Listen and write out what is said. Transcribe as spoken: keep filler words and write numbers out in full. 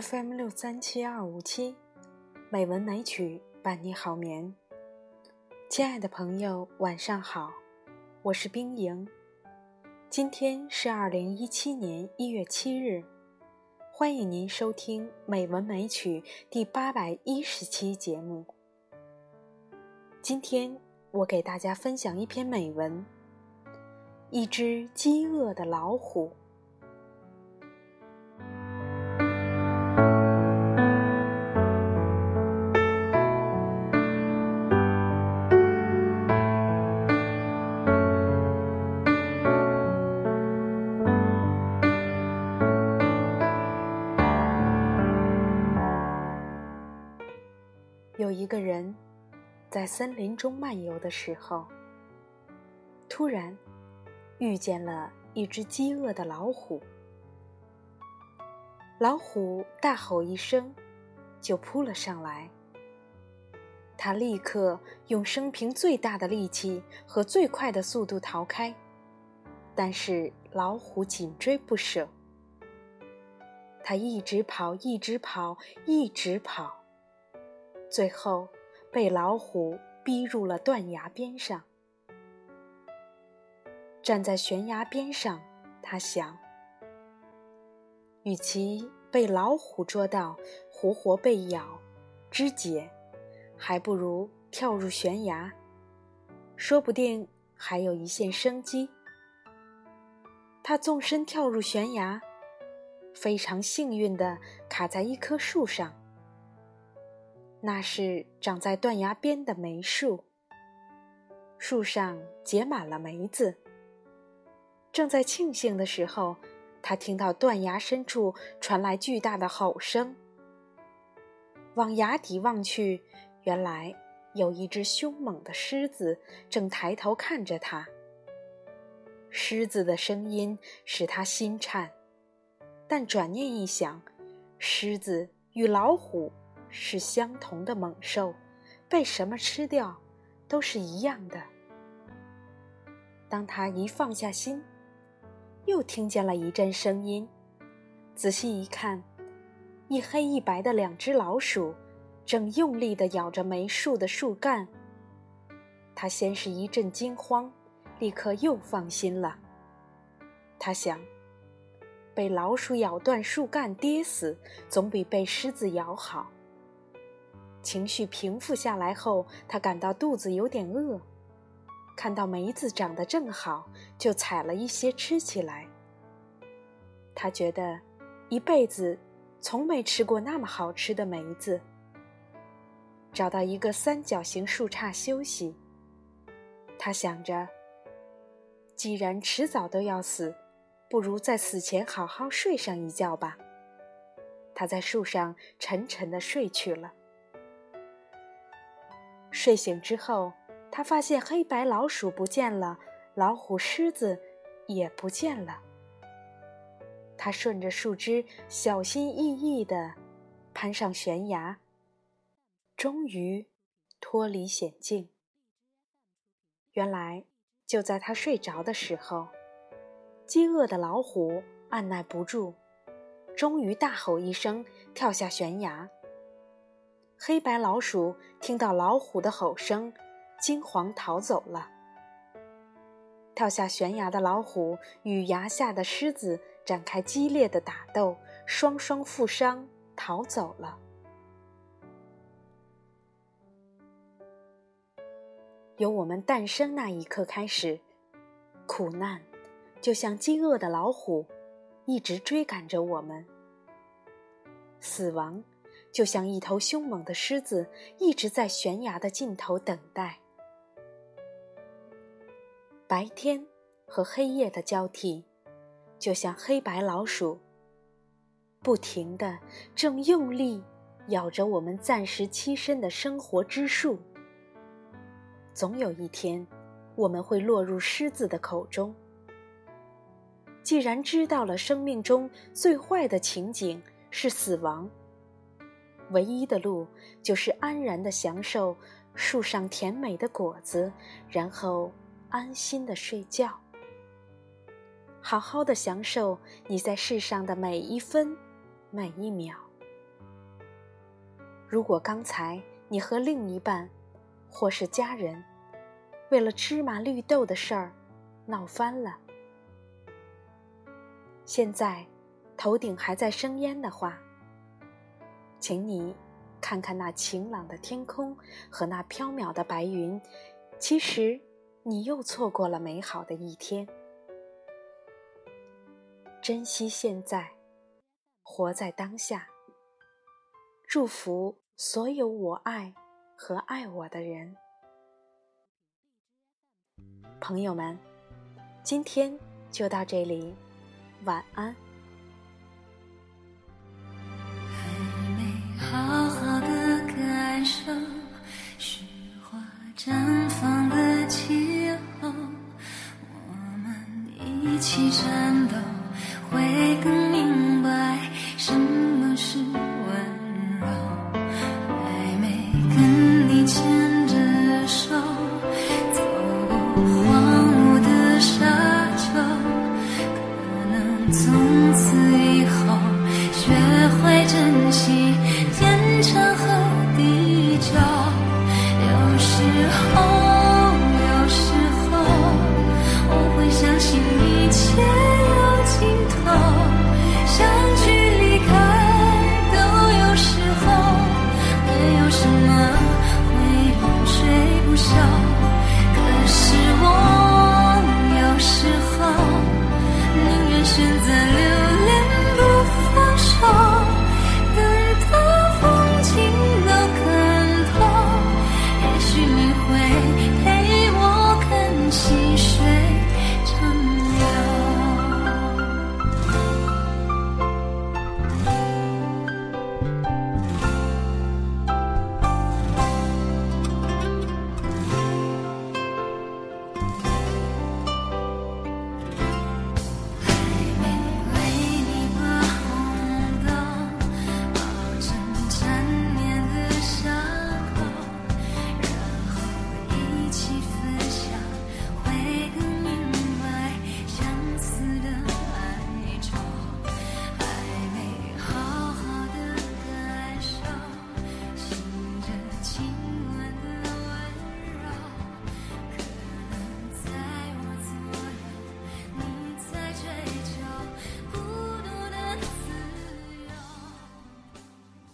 F M 六三七二五七，美文美曲伴你好眠。亲爱的朋友，晚上好，我是冰莹。今天是二零一七年一月七日，欢迎您收听美文美曲第八百一十期节目。今天我给大家分享一篇美文，一只饥饿的老虎。有一个人在森林中漫游的时候，突然遇见了一只饥饿的老虎。老虎大吼一声，就扑了上来。他立刻用生平最大的力气和最快的速度逃开，但是老虎紧追不舍。他一直跑，一直跑，一直跑，最后被老虎逼入了断崖边上。站在悬崖边上，他想，与其被老虎捉到活活被咬肢解，还不如跳入悬崖，说不定还有一线生机。他纵身跳入悬崖，非常幸运地卡在一棵树上。那是长在断崖边的梅树，树上结满了梅子。正在庆幸的时候，他听到断崖深处传来巨大的吼声。往崖底望去，原来有一只凶猛的狮子正抬头看着他。狮子的声音使他心颤，但转念一想，狮子与老虎是相同的猛兽，被什么吃掉都是一样的。当他一放下心，又听见了一阵声音，仔细一看，一黑一白的两只老鼠正用力地咬着梅树的树干。他先是一阵惊慌，立刻又放心了。他想，被老鼠咬断树干跌死，总比被狮子咬好。情绪平复下来后，他感到肚子有点饿，看到梅子长得正好，就采了一些吃起来。他觉得一辈子从没吃过那么好吃的梅子。找到一个三角形树杈休息，他想着，既然迟早都要死，不如在死前好好睡上一觉吧。他在树上沉沉地睡去了。睡醒之后，他发现黑白老鼠不见了，老虎狮子也不见了。他顺着树枝小心翼翼地攀上悬崖，终于脱离险境。原来就在他睡着的时候，饥饿的老虎按耐不住，终于大吼一声，跳下悬崖。黑白老鼠听到老虎的吼声，惊慌逃走了。跳下悬崖的老虎与崖下的狮子展开激烈的打斗，双双负伤逃走了。由我们诞生那一刻开始，苦难就像饥饿的老虎，一直追赶着我们。死亡就像一头凶猛的狮子，一直在悬崖的尽头等待。白天和黑夜的交替，就像黑白老鼠，不停地正用力咬着我们暂时栖身的生活之树。总有一天，我们会落入狮子的口中。既然知道了生命中最坏的情景是死亡，唯一的路就是安然地享受树上甜美的果子，然后安心地睡觉。好好地享受你在世上的每一分每一秒。 如果刚才你和另一半或是家人为了芝麻绿豆的事儿闹翻了，现在头顶还在生烟的话，请你看看那晴朗的天空和那飘渺的白云，其实你又错过了美好的一天。珍惜现在，活在当下，祝福所有我爱和爱我的人。朋友们，今天就到这里，晚安。 还没好好的感受雪花绽放的气候，我们一起战斗，会更明白什么是温柔。还没跟你牵着手走过荒芜的沙丘，可能从此以后学会珍惜天长和